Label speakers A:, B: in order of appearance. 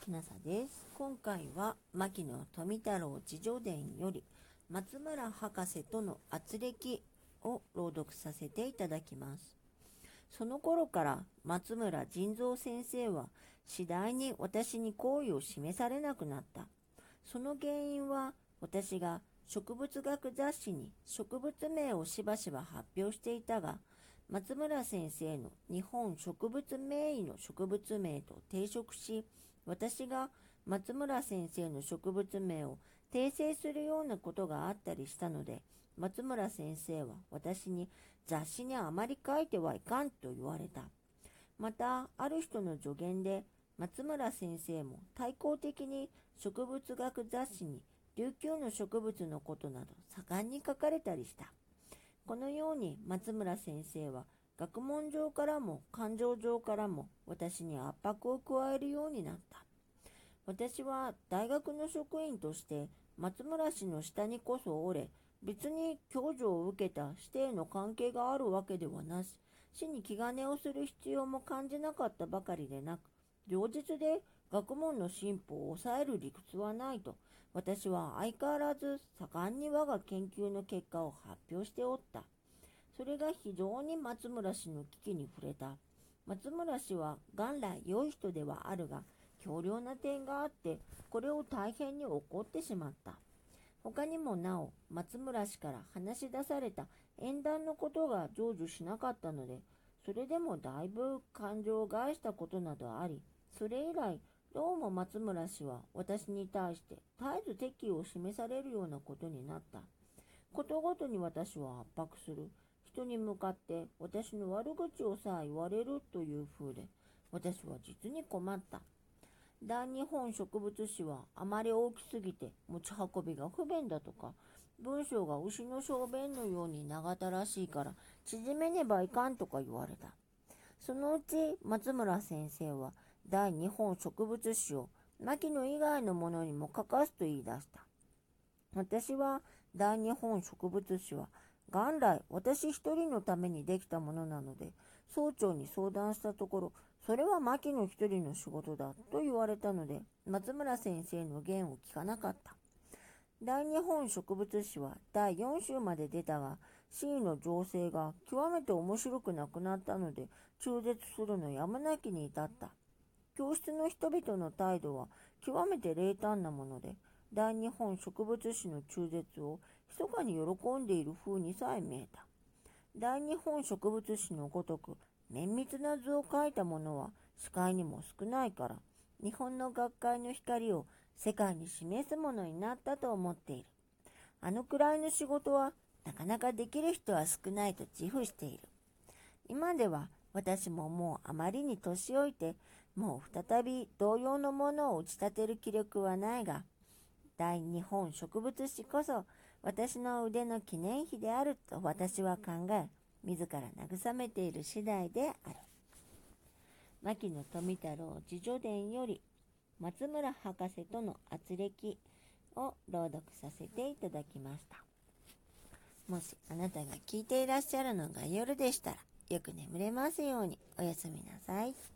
A: なさです。今回は牧野富太郎自叙伝より松村博士との圧力を朗読させていただきます。その頃から松村仁蔵先生は次第に私に好意を示されなくなった。その原因は私が植物学雑誌に植物名をしばしば発表していたが、松村先生の日本植物名医の植物名と抵触し、私が松村先生の植物名を訂正するようなことがあったりしたので、松村先生は私に雑誌にあまり書いてはいかんと言われた。また、ある人の助言で、松村先生も対抗的に植物学雑誌に琉球の植物のことなど盛んに書かれたりした。このように松村先生は学問上からも感情上からも私に圧迫を加えるようになった。私は大学の職員として松村氏の下にこそ折れ、別に教授を受けた師弟の関係があるわけではなし、死に気兼ねをする必要も感じなかったばかりでなく、両日で学問の進歩を抑える理屈はないと、私は相変わらず盛んに我が研究の結果を発表しておった。それが非常に松村氏の危機に触れた。松村氏は元来良い人ではあるが、強量な点があって、これを大変に怒ってしまった。他にもなお、松村氏から話し出された縁談のことが成就しなかったので、それでもだいぶ感情を害したことなどあり、それ以来、どうも松村氏は私に対して絶えず敵意を示されるようなことになった。ことごとに私は圧迫する。人に向かって私の悪口をさえ言われるという風で、私は実に困った。大日本植物誌はあまり大きすぎて持ち運びが不便だとか、文章が牛の小便のように長たらしいから縮めねばいかんとか言われた。そのうち松村先生は大日本植物誌を牧野以外のものにも書かすと言い出した。私は大日本植物誌は元来私一人のためにできたものなので、総長に相談したところ、それは牧野一人の仕事だと言われたので、松村先生の言を聞かなかった。大日本植物誌は第4週まで出たが、C の情勢が極めて面白くなくなったので、中絶するのやむなきに至った。教室の人々の態度は極めて冷淡なもので、大日本植物誌の中絶を密かに喜んでいる風にさえ見えた。大日本植物誌のごとく綿密な図を描いたものは視界にも少ないから、日本の学会の光を世界に示すものになったと思っている。あのくらいの仕事はなかなかできる人は少ないと自負している。今では私ももうあまりに年老いて、もう再び同様のものを打ち立てる気力はないが、大日本植物誌こそ私の腕の記念碑であると私は考え、自ら慰めている次第である。牧野富太郎自叙伝より松村博士との圧力を朗読させていただきました。もしあなたが聞いていらっしゃるのが夜でしたら、よく眠れますようにおやすみなさい。